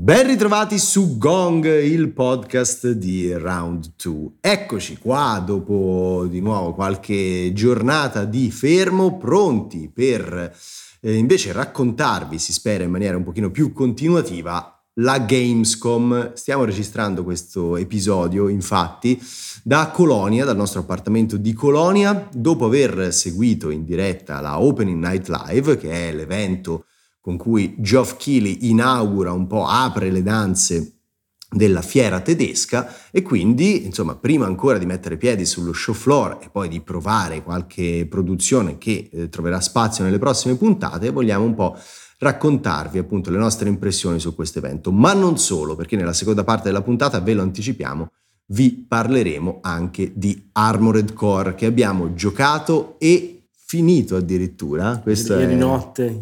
Ben ritrovati su Gong, il podcast di Round 2. Eccoci qua dopo di nuovo qualche giornata di fermo, pronti per invece raccontarvi, si spera in maniera un pochino più continuativa, la Gamescom. Stiamo registrando questo episodio infatti da Colonia, dal nostro appartamento di Colonia, dopo aver seguito in diretta la Opening Night Live, che è l'evento con cui Geoff Keighley inaugura un po', apre le danze della fiera tedesca, e quindi insomma prima ancora di mettere piedi sullo show floor e poi di provare qualche produzione che troverà spazio nelle prossime puntate, vogliamo un po' raccontarvi appunto le nostre impressioni su questo evento, ma non solo, perché nella seconda parte della puntata, ve lo anticipiamo, vi parleremo anche di Armored Core, che abbiamo giocato e finito addirittura. Ieri notte,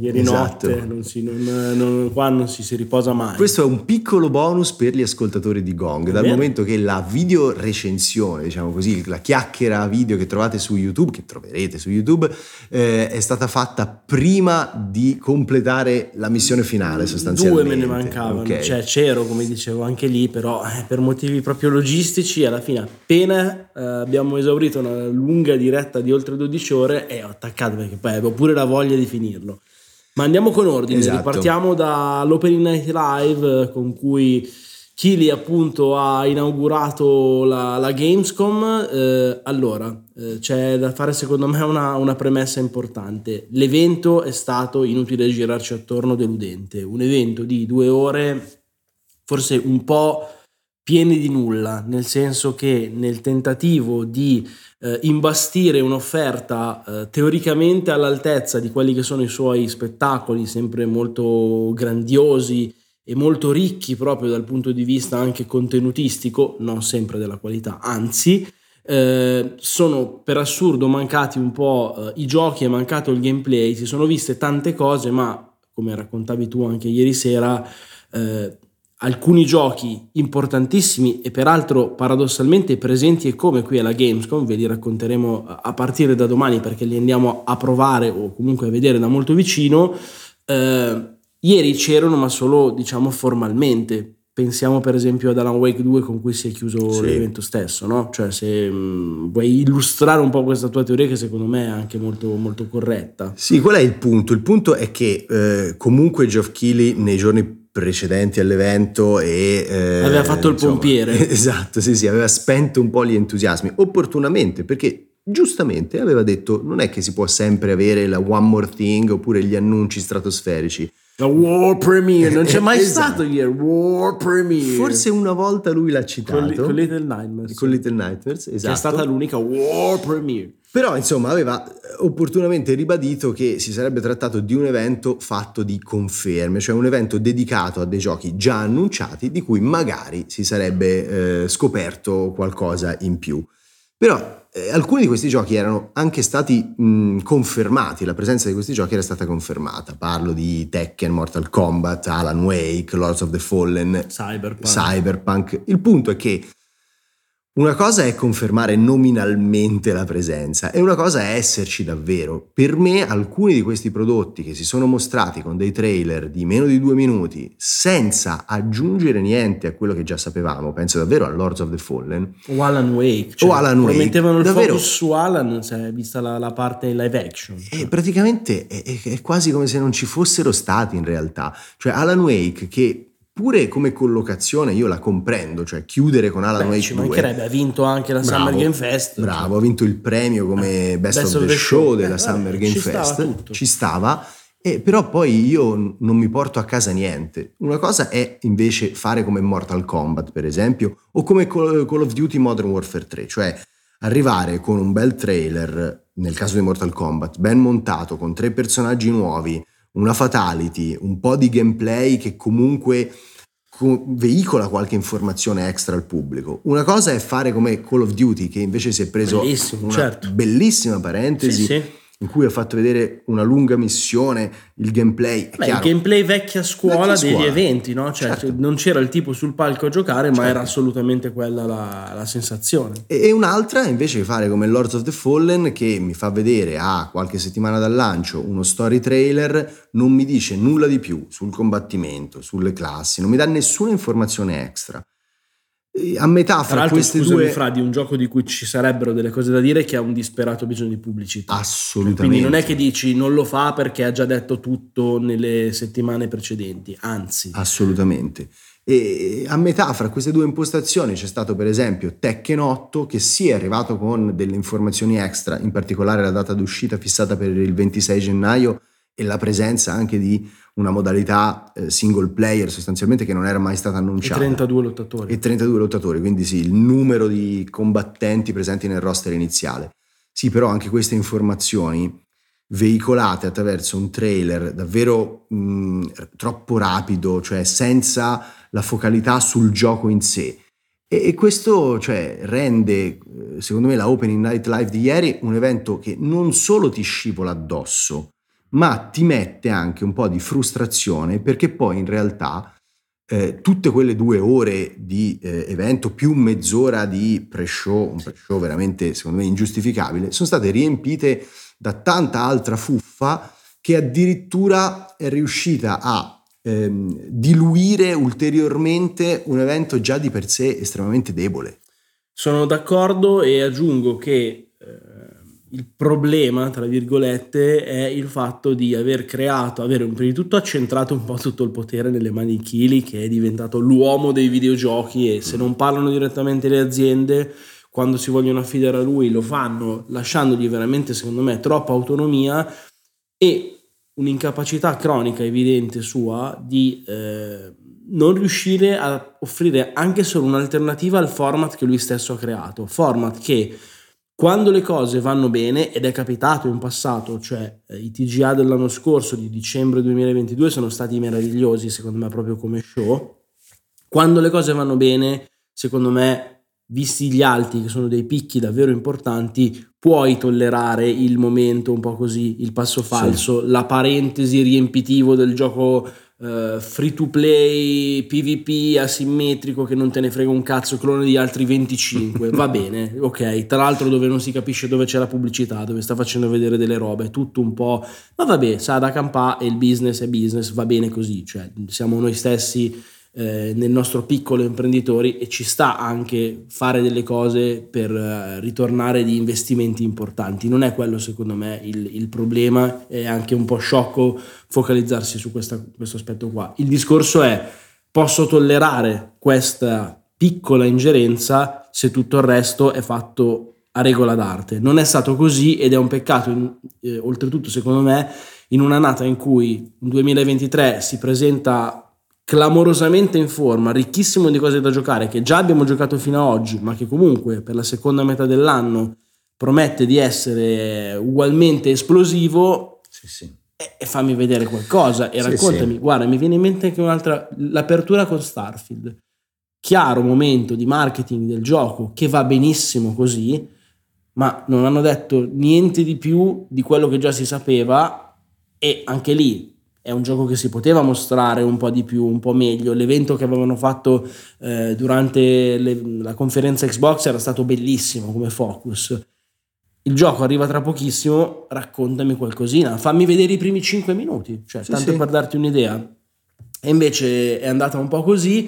qua non si riposa mai. Questo è un piccolo bonus per gli ascoltatori di Gong, dal momento che la video recensione, diciamo così, la chiacchiera video che trovate su YouTube, che troverete su YouTube, è stata fatta prima di completare la missione finale sostanzialmente. 2 me ne mancavano, okay. Cioè c'ero, come dicevo anche lì, però per motivi proprio logistici alla fine appena abbiamo esaurito una lunga diretta di oltre 12 ore e ho attaccato, perché poi avevo pure la voglia di finirlo. Ma andiamo con ordine, esatto. Ripartiamo dall'Opening Night Live con cui Keighley appunto ha inaugurato la Gamescom. Allora, c'è da fare secondo me una premessa importante. L'evento è stato, inutile girarci attorno, deludente. Un evento di 2 ore, forse un po' pieni di nulla, nel senso che nel tentativo di imbastire un'offerta teoricamente all'altezza di quelli che sono i suoi spettacoli, sempre molto grandiosi e molto ricchi proprio dal punto di vista anche contenutistico, non sempre della qualità, anzi sono per assurdo mancati un po' i giochi, è mancato il gameplay, si sono viste tante cose, ma come raccontavi tu anche ieri sera, alcuni giochi importantissimi e peraltro paradossalmente presenti e come qui alla Gamescom, ve li racconteremo a partire da domani perché li andiamo a provare o comunque a vedere da molto vicino. Ieri c'erano, ma solo diciamo formalmente. Pensiamo per esempio ad Alan Wake 2 con cui si è chiuso l'evento stesso, no? Cioè se vuoi illustrare un po' questa tua teoria, che secondo me è anche molto, molto corretta. Sì, qual è il punto? Il punto è che comunque Geoff Keighley nei giorni precedenti all'evento aveva fatto il pompiere. Esatto, sì, aveva spento un po' gli entusiasmi, opportunamente, perché giustamente aveva detto non è che si può sempre avere la One More Thing oppure gli annunci stratosferici. La War Premiere, non c'è mai stato ieri, War Premiere. Forse una volta lui l'ha citato. Con Little Nightmares. Con Little Nightmares, esatto. Che è stata l'unica War Premiere. Però insomma aveva opportunamente ribadito che si sarebbe trattato di un evento fatto di conferme, cioè un evento dedicato a dei giochi già annunciati di cui magari si sarebbe scoperto qualcosa in più. Però alcuni di questi giochi erano anche stati confermati, la presenza di questi giochi era stata confermata. Parlo di Tekken, Mortal Kombat, Alan Wake, Lords of the Fallen, Cyberpunk. Il punto è che una cosa è confermare nominalmente la presenza e una cosa è esserci davvero. Per me alcuni di questi prodotti che si sono mostrati con dei trailer di meno di 2 minuti senza aggiungere niente a quello che già sapevamo, penso davvero a Lords of the Fallen o Alan Wake, promettevano il davvero focus su Alan, cioè, vista la parte in live action, e praticamente è quasi come se non ci fossero stati in realtà. Cioè Alan Wake, che pure come collocazione io la comprendo, cioè chiudere con Alan Wake 2. Ci mancherebbe, ha vinto anche la Summer Game Fest. Bravo, ha vinto il premio come Best of the Show della Summer Game Fest. Ci stava, però poi io non mi porto a casa niente. Una cosa è invece fare come Mortal Kombat per esempio, o come Call of Duty Modern Warfare 3, cioè arrivare con un bel trailer, nel caso di Mortal Kombat, ben montato, con 3 personaggi nuovi, una fatality, un po' di gameplay che comunque veicola qualche informazione extra al pubblico. Una cosa è fare come Call of Duty, che invece si è preso una bellissima parentesi, in cui ha fatto vedere una lunga missione, il gameplay. Il gameplay vecchia scuola degli eventi, no? Cioè, certo. Non c'era il tipo sul palco a giocare, ma certo. era assolutamente quella la sensazione. E un'altra invece fare come Lords of the Fallen, che mi fa vedere a qualche settimana dal lancio uno story trailer, non mi dice nulla di più sul combattimento, sulle classi, non mi dà nessuna informazione extra. A metà fra queste due, fra di un gioco di cui ci sarebbero delle cose da dire, che ha un disperato bisogno di pubblicità. Assolutamente. Quindi non è che dici non lo fa perché ha già detto tutto nelle settimane precedenti, anzi. Assolutamente. E a metà fra queste due impostazioni c'è stato per esempio Tekken 8, che sì è arrivato con delle informazioni extra, in particolare la data d'uscita fissata per il 26 gennaio e la presenza anche di una modalità single player sostanzialmente che non era mai stata annunciata. E 32 lottatori, quindi sì, il numero di combattenti presenti nel roster iniziale. Sì, però anche queste informazioni veicolate attraverso un trailer davvero troppo rapido, cioè senza la focalità sul gioco in sé. E questo, cioè, rende, secondo me, la Opening Night Live di ieri un evento che non solo ti scivola addosso, ma ti mette anche un po' di frustrazione, perché poi in realtà tutte quelle 2 ore di evento più mezz'ora di pre-show, un pre-show veramente secondo me ingiustificabile, sono state riempite da tanta altra fuffa che addirittura è riuscita a diluire ulteriormente un evento già di per sé estremamente debole. Sono d'accordo e aggiungo che il problema, tra virgolette, è il fatto di aver prima di tutto accentrato un po' tutto il potere nelle mani di Keighley, che è diventato l'uomo dei videogiochi, e se non parlano direttamente le aziende, quando si vogliono affidare a lui lo fanno lasciandogli veramente, secondo me, troppa autonomia e un'incapacità cronica evidente sua di non riuscire a offrire anche solo un'alternativa al format che lui stesso ha creato, format che quando le cose vanno bene, ed è capitato in passato, cioè i TGA dell'anno scorso di dicembre 2022 sono stati meravigliosi secondo me proprio come show, quando le cose vanno bene secondo me, visti gli alti che sono dei picchi davvero importanti, puoi tollerare il momento un po' così, il passo falso, la parentesi riempitivo del gioco free to play, PvP asimmetrico che non te ne frega un cazzo, clone di altri 25, va bene, ok, tra l'altro dove non si capisce dove c'è la pubblicità, dove sta facendo vedere delle robe, tutto un po', ma vabbè, sa da campà e il business è business, va bene così, cioè siamo noi stessi nel nostro piccolo imprenditori e ci sta anche fare delle cose per ritornare di investimenti importanti, non è quello secondo me il problema, è anche un po' sciocco focalizzarsi su questo aspetto qua. Il discorso è: posso tollerare questa piccola ingerenza se tutto il resto è fatto a regola d'arte. Non è stato così ed è un peccato, oltretutto secondo me, in un'annata in cui il 2023 si presenta clamorosamente in forma, ricchissimo di cose da giocare, che già abbiamo giocato fino ad oggi, ma che comunque per la seconda metà dell'anno promette di essere ugualmente esplosivo. Sì. E fammi vedere qualcosa e raccontami. Sì. Guarda, mi viene in mente anche un'altra, l'apertura con Starfield, chiaro momento di marketing del gioco che va benissimo così, ma non hanno detto niente di più di quello che già si sapeva, e anche lì è un gioco che si poteva mostrare un po' di più, un po' meglio. L'evento che avevano fatto durante la conferenza Xbox era stato bellissimo come focus. Il gioco arriva tra pochissimo, raccontami qualcosina, fammi vedere i primi 5 minuti, cioè tanto per darti un'idea. E invece è andata un po' così,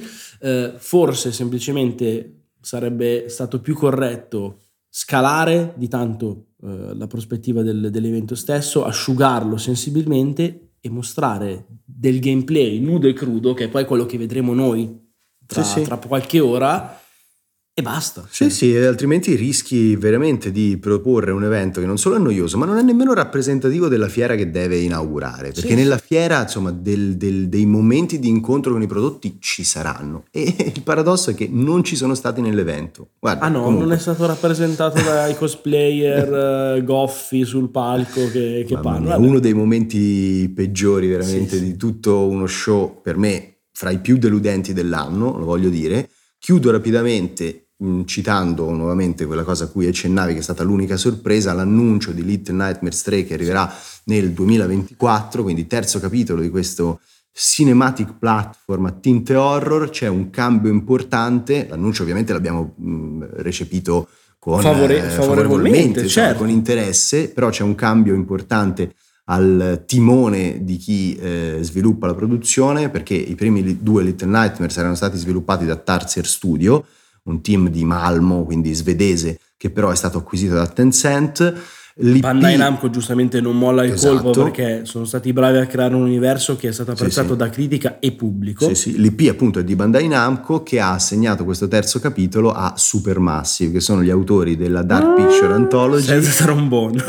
forse semplicemente sarebbe stato più corretto scalare di tanto la prospettiva dell'evento stesso, asciugarlo sensibilmente e mostrare del gameplay nudo e crudo, che è poi quello che vedremo noi tra qualche ora, e basta. Sì, altrimenti rischi veramente di proporre un evento che non solo è noioso, ma non è nemmeno rappresentativo della fiera che deve inaugurare, perché nella fiera, insomma, dei momenti di incontro con i prodotti ci saranno, e il paradosso è che non ci sono stati nell'evento. Guarda, comunque non è stato rappresentato dai cosplayer goffi sul palco che parlano. Uno dei momenti peggiori veramente di tutto uno show, per me fra i più deludenti dell'anno, lo voglio dire. Chiudo rapidamente citando nuovamente quella cosa a cui accennavi, che è stata l'unica sorpresa, l'annuncio di Little Nightmares 3 che arriverà nel 2024, quindi terzo capitolo di questo cinematic platform a tinte horror. C'è un cambio importante, l'annuncio ovviamente l'abbiamo recepito con favorevolmente, certo. con interesse, però c'è un cambio importante al timone di chi sviluppa la produzione, perché i primi due Little Nightmares erano stati sviluppati da Tarsier Studio, un team di Malmo, quindi svedese, che però è stato acquisito da Tencent. Bandai Namco giustamente non molla il Esatto. colpo, perché sono stati bravi a creare un universo che è stato apprezzato da critica e pubblico. Sì. L'IP appunto è di Bandai Namco, che ha assegnato questo terzo capitolo a Supermassive, che sono gli autori della Dark Picture Anthology. Senza trombone.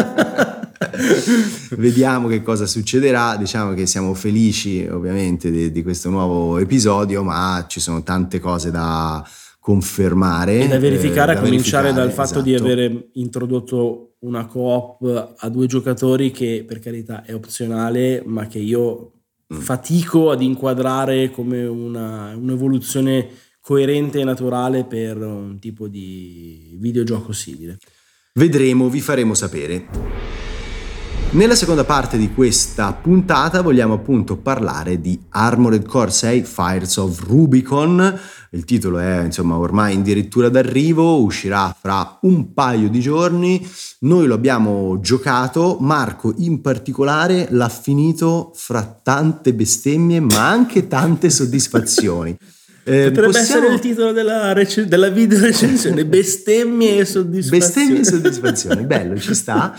Vediamo che cosa succederà. Diciamo che siamo felici ovviamente di questo nuovo episodio, ma ci sono tante cose da confermare e da verificare, a cominciare dal fatto esatto. di avere introdotto una co-op a 2 giocatori, che per carità è opzionale, ma che io fatico ad inquadrare come un'evoluzione coerente e naturale per un tipo di videogioco simile. Vedremo, vi faremo sapere. Nella seconda parte di questa puntata vogliamo appunto parlare di Armored Core 6 Fires of Rubicon. Il titolo è insomma ormai addirittura d'arrivo, uscirà fra un paio di giorni. Noi lo abbiamo giocato, Marco in particolare l'ha finito fra tante bestemmie ma anche tante soddisfazioni. Potrebbe essere il titolo della video recensione: bestemmie e soddisfazioni. Bello, ci sta.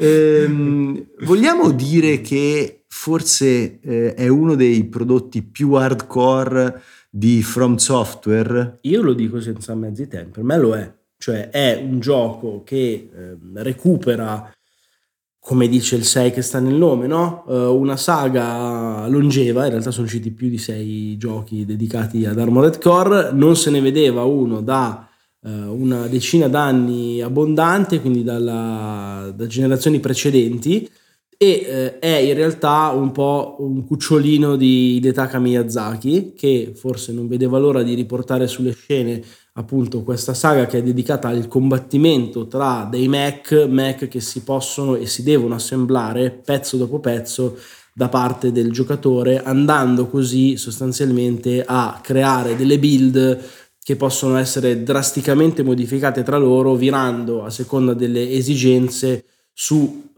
Vogliamo dire che forse è uno dei prodotti più hardcore di From Software? Io lo dico senza mezzi tempi, per me lo è. Cioè è un gioco che recupera, come dice il 6 che sta nel nome, no? Una saga longeva. In realtà sono usciti più di 6 giochi dedicati ad Armored Core, non se ne vedeva uno da una decina d'anni abbondante, quindi da generazioni precedenti, e è in realtà un po' un cucciolino di Hidetaka Miyazaki, che forse non vedeva l'ora di riportare sulle scene appunto questa saga che è dedicata al combattimento tra dei mech che si possono e si devono assemblare pezzo dopo pezzo da parte del giocatore, andando così sostanzialmente a creare delle build che possono essere drasticamente modificate tra loro, virando a seconda delle esigenze su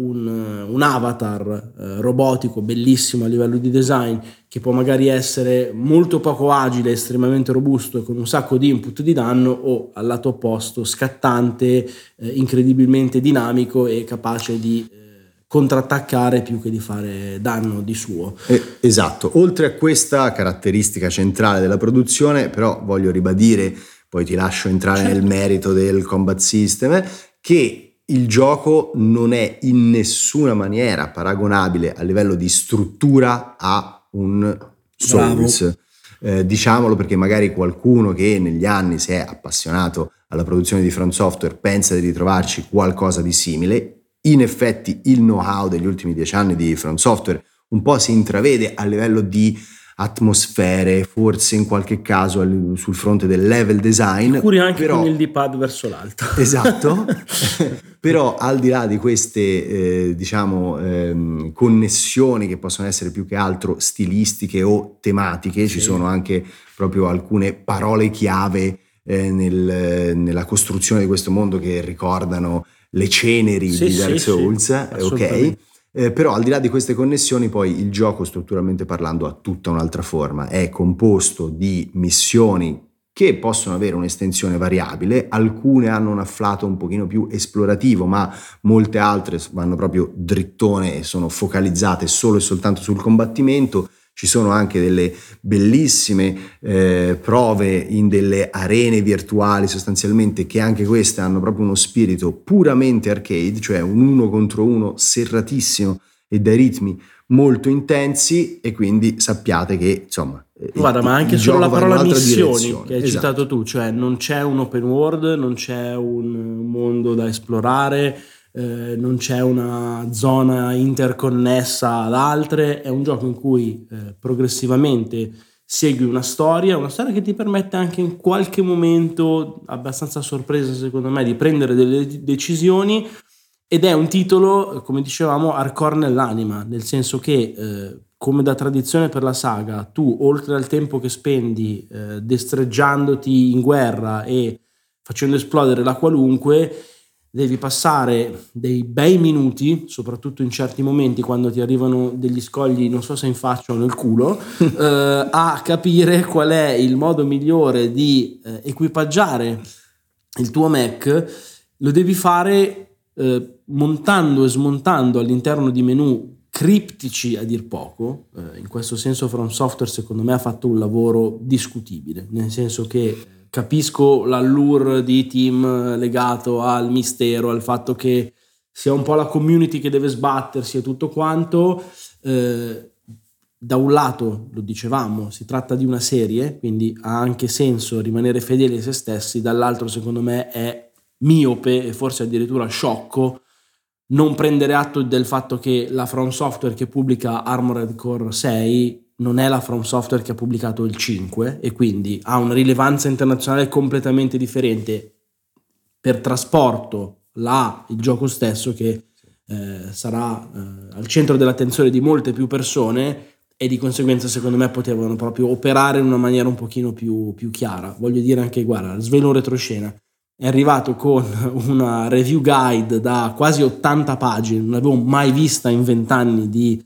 un avatar robotico bellissimo a livello di design, che può magari essere molto poco agile, estremamente robusto e con un sacco di input di danno, o al lato opposto scattante, incredibilmente dinamico e capace di contrattaccare più che di fare danno di suo. Esatto. Oltre a questa caratteristica centrale della produzione, però voglio ribadire, poi ti lascio entrare nel merito del combat system, che il gioco non è in nessuna maniera paragonabile a livello di struttura a un Souls. Diciamolo, perché magari qualcuno che negli anni si è appassionato alla produzione di From Software pensa di ritrovarci qualcosa di simile. In effetti il know-how degli ultimi 10 anni di From Software un po' si intravede a livello di atmosfere, forse in qualche caso sul fronte del level design. Curi anche però, con il D-pad verso l'alto. Esatto. Però al di là di queste connessioni che possono essere più che altro stilistiche o tematiche, ci sono anche proprio alcune parole chiave nella costruzione di questo mondo che ricordano le ceneri di Dark Souls, ok? Però al di là di queste connessioni, poi il gioco strutturalmente parlando ha tutta un'altra forma, è composto di missioni che possono avere un'estensione variabile, alcune hanno un afflato un pochino più esplorativo, ma molte altre vanno proprio drittone e sono focalizzate solo e soltanto sul combattimento. Ci sono anche delle bellissime prove in delle arene virtuali sostanzialmente, che anche queste hanno proprio uno spirito puramente arcade, cioè un 1 contro 1 serratissimo e dai ritmi molto intensi, e quindi sappiate che insomma guarda, ma anche solo la parola missioni che hai citato tu, cioè non c'è un open world, non c'è un mondo da esplorare, non c'è una zona interconnessa ad altre, è un gioco in cui progressivamente segui una storia che ti permette anche in qualche momento, abbastanza sorpresa secondo me, di prendere delle decisioni, ed è un titolo, come dicevamo, hardcore nell'anima, nel senso che come da tradizione per la saga, tu oltre al tempo che spendi destreggiandoti in guerra e facendo esplodere la qualunque, devi passare dei bei minuti, soprattutto in certi momenti quando ti arrivano degli scogli, non so se in faccia o nel culo, a capire qual è il modo migliore di equipaggiare il tuo mech. Lo devi fare montando e smontando all'interno di menu criptici a dir poco. In questo senso From Software secondo me ha fatto un lavoro discutibile, nel senso che capisco l'allure di team legato al mistero, al fatto che sia un po' la community che deve sbattersi e tutto quanto. Da un lato, lo dicevamo, si tratta di una serie, quindi ha anche senso rimanere fedeli a se stessi. Dall'altro secondo me è miope e forse addirittura sciocco non prendere atto del fatto che la From Software che pubblica Armored Core 6 non è la From Software che ha pubblicato il 5, e quindi ha una rilevanza internazionale completamente differente. Per trasporto il gioco stesso che sarà al centro dell'attenzione di molte più persone, e di conseguenza secondo me potevano proprio operare in una maniera un pochino più chiara. Voglio dire, anche, guarda, svelo un retroscena, è arrivato con una review guide da quasi 80 pagine, non l'avevo mai vista in 20 anni di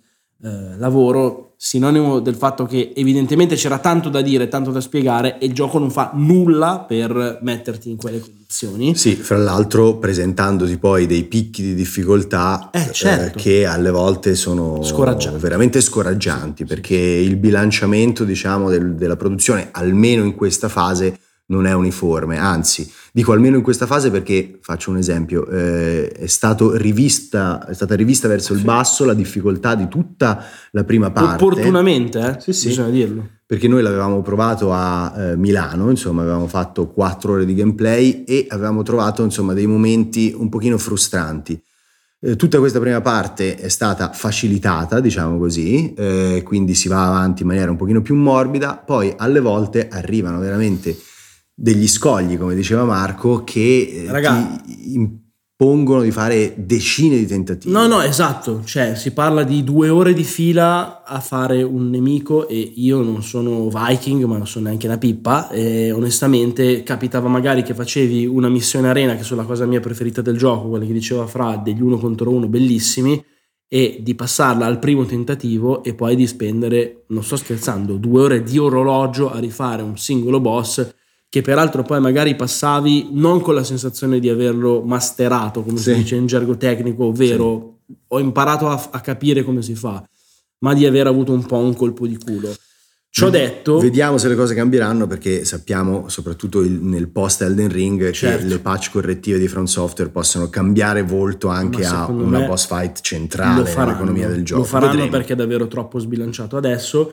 lavoro, sinonimo del fatto che evidentemente c'era tanto da dire, tanto da spiegare, e il gioco non fa nulla per metterti in quelle condizioni. Sì, fra l'altro presentandoti poi dei picchi di difficoltà certo, che alle volte sono veramente scoraggianti, perché il bilanciamento, diciamo, della produzione, almeno in questa fase, non è uniforme. Anzi, dico almeno in questa fase perché, faccio un esempio, è stata rivista verso il basso la difficoltà di tutta la prima parte, opportunamente, sì, bisogna dirlo, perché noi l'avevamo provato a Milano, insomma avevamo fatto 4 ore di gameplay e avevamo trovato, insomma, dei momenti un pochino frustranti. Tutta questa prima parte è stata facilitata, diciamo così, quindi si va avanti in maniera un pochino più morbida. Poi alle volte arrivano veramente degli scogli, come diceva Marco, che ti impongono di fare decine di tentativi. No, esatto, cioè si parla di 2 ore di fila a fare un nemico, e io non sono Viking, ma non sono neanche una pippa, e onestamente capitava magari che facevi una missione arena, che è la cosa mia preferita del gioco, quella che diceva Fra, degli 1 contro 1 bellissimi, e di passarla al primo tentativo e poi di spendere, non sto scherzando, 2 ore di orologio a rifare un singolo boss, che peraltro poi magari passavi non con la sensazione di averlo masterato, come si dice in gergo tecnico, ovvero ho imparato a capire come si fa, ma di aver avuto un po' un colpo di culo. Ciò detto, vediamo se le cose cambieranno, perché sappiamo, soprattutto nel post Elden Ring, che le patch correttive di From Software possono cambiare volto anche a una boss fight centrale nell'economia del gioco. Lo faranno perché è davvero troppo sbilanciato adesso,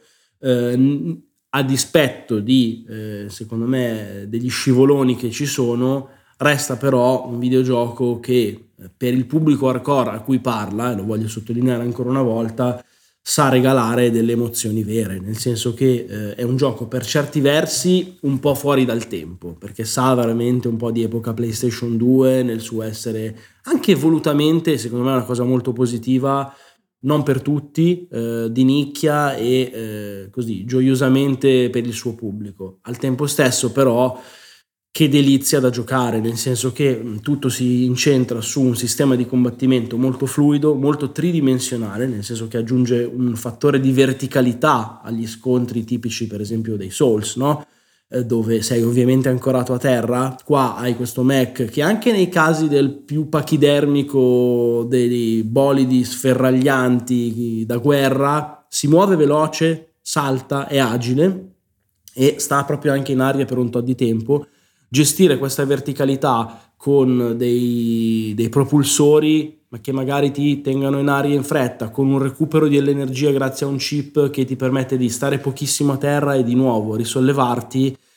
a dispetto di, secondo me, degli scivoloni che ci sono. Resta però un videogioco che per il pubblico hardcore a cui parla, e lo voglio sottolineare ancora una volta, sa regalare delle emozioni vere, nel senso che è un gioco per certi versi un po' fuori dal tempo, perché sa veramente un po' di epoca PlayStation 2 nel suo essere anche volutamente, secondo me è una cosa molto positiva, non per tutti, di nicchia e così gioiosamente per il suo pubblico. Al tempo stesso però che delizia da giocare, nel senso che tutto si incentra su un sistema di combattimento molto fluido, molto tridimensionale, nel senso che aggiunge un fattore di verticalità agli scontri tipici, per esempio dei Souls, no? Dove sei ovviamente ancorato a terra. Qua hai questo mech che anche nei casi del più pachidermico dei bolidi sferraglianti da guerra si muove veloce, salta, è agile e sta proprio anche in aria per un tot di tempo. Gestire questa verticalità con dei propulsori, ma che magari ti tengano in aria in fretta, con un recupero dell'energia grazie a un chip che ti permette di stare pochissimo a terra e di nuovo risollevarti,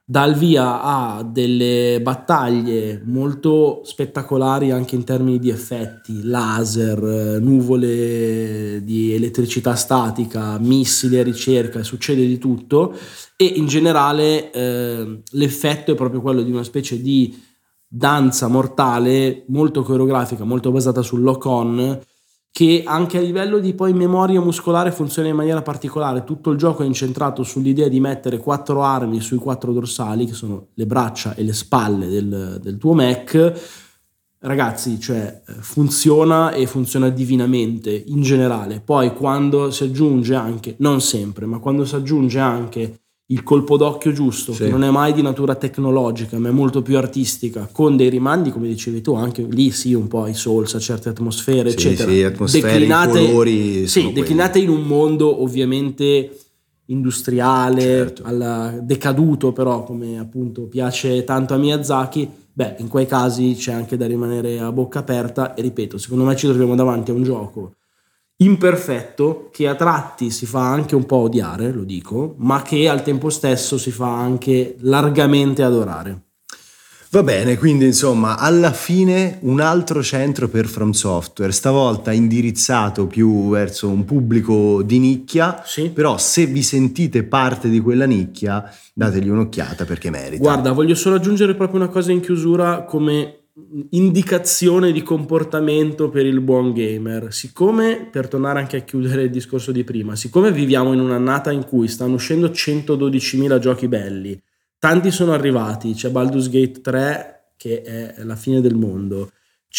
dà il via a delle battaglie molto spettacolari anche in termini di effetti, laser, nuvole di elettricità statica, missili a ricerca, succede di tutto, e in generale l'effetto è proprio quello di una specie di danza mortale molto coreografica, molto basata sul lock-on, che anche a livello di poi memoria muscolare funziona in maniera particolare. Tutto il gioco è incentrato sull'idea di mettere 4 armi sui 4 dorsali, che sono le braccia e le spalle del tuo mech. Ragazzi, cioè funziona, e funziona divinamente in generale. Poi quando si aggiunge anche, non sempre, ma quando si aggiunge anche il colpo d'occhio giusto, sì, che non è mai di natura tecnologica ma è molto più artistica, con dei rimandi, come dicevi tu, anche lì sì, un po' ai Souls, a certe atmosfere, sì, eccetera, sì, atmosfere, i colori, sì, declinate in un mondo ovviamente industriale, certo, decaduto, però come appunto piace tanto a Miyazaki. Beh, in quei casi c'è anche da rimanere a bocca aperta, e ripeto, secondo me ci troviamo davanti a un gioco imperfetto che a tratti si fa anche un po' odiare, lo dico, ma che al tempo stesso si fa anche largamente adorare. Va bene, quindi insomma, alla fine un altro centro per From Software, stavolta indirizzato più verso un pubblico di nicchia, sì, però se vi sentite parte di quella nicchia, dategli un'occhiata perché merita. Guarda, voglio solo aggiungere proprio una cosa in chiusura come indicazione di comportamento per il buon gamer. Siccome, per tornare anche a chiudere il discorso di prima, siccome viviamo in un'annata in cui stanno uscendo 112.000 giochi belli, tanti sono arrivati, c'è Baldur's Gate 3 che è la fine del mondo,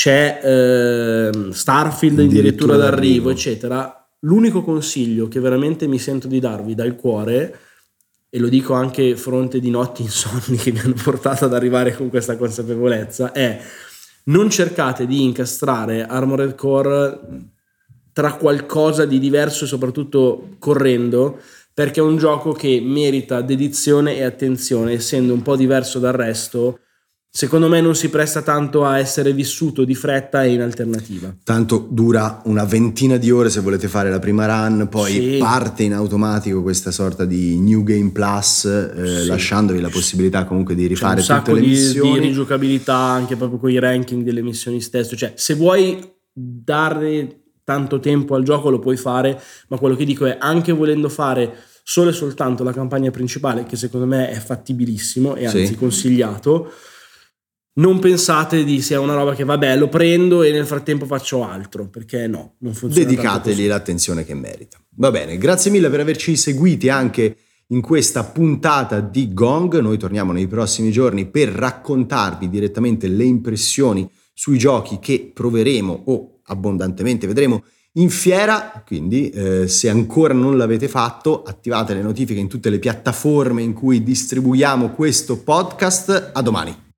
c'è Starfield addirittura d'arrivo, eccetera. L'unico consiglio che veramente mi sento di darvi dal cuore, e lo dico anche fronte di notti insonni che mi hanno portato ad arrivare con questa consapevolezza, è: non cercate di incastrare Armored Core tra qualcosa di diverso e soprattutto correndo, perché è un gioco che merita dedizione e attenzione. Essendo un po' diverso dal resto, secondo me non si presta tanto a essere vissuto di fretta e in alternativa. Tanto dura una ventina di ore se volete fare la prima run, poi sì, parte in automatico questa sorta di New Game Plus, sì, lasciandovi la possibilità comunque di rifare tutte le missioni. C'è un missioni. sacco di rigiocabilità anche proprio con i ranking delle missioni stesse. Cioè, se vuoi dare tanto tempo al gioco lo puoi fare, ma quello che dico è, anche volendo fare solo e soltanto la campagna principale, che secondo me è fattibilissimo e anzi consigliato, non pensate di sia una roba che vabbè lo prendo e nel frattempo faccio altro, perché no, non funziona. Dedicategli l'attenzione che merita. Va bene, grazie mille per averci seguiti anche in questa puntata di Gong. Noi torniamo nei prossimi giorni per raccontarvi direttamente le impressioni sui giochi che proveremo o abbondantemente vedremo in fiera, quindi se ancora non l'avete fatto, attivate le notifiche in tutte le piattaforme in cui distribuiamo questo podcast. A domani.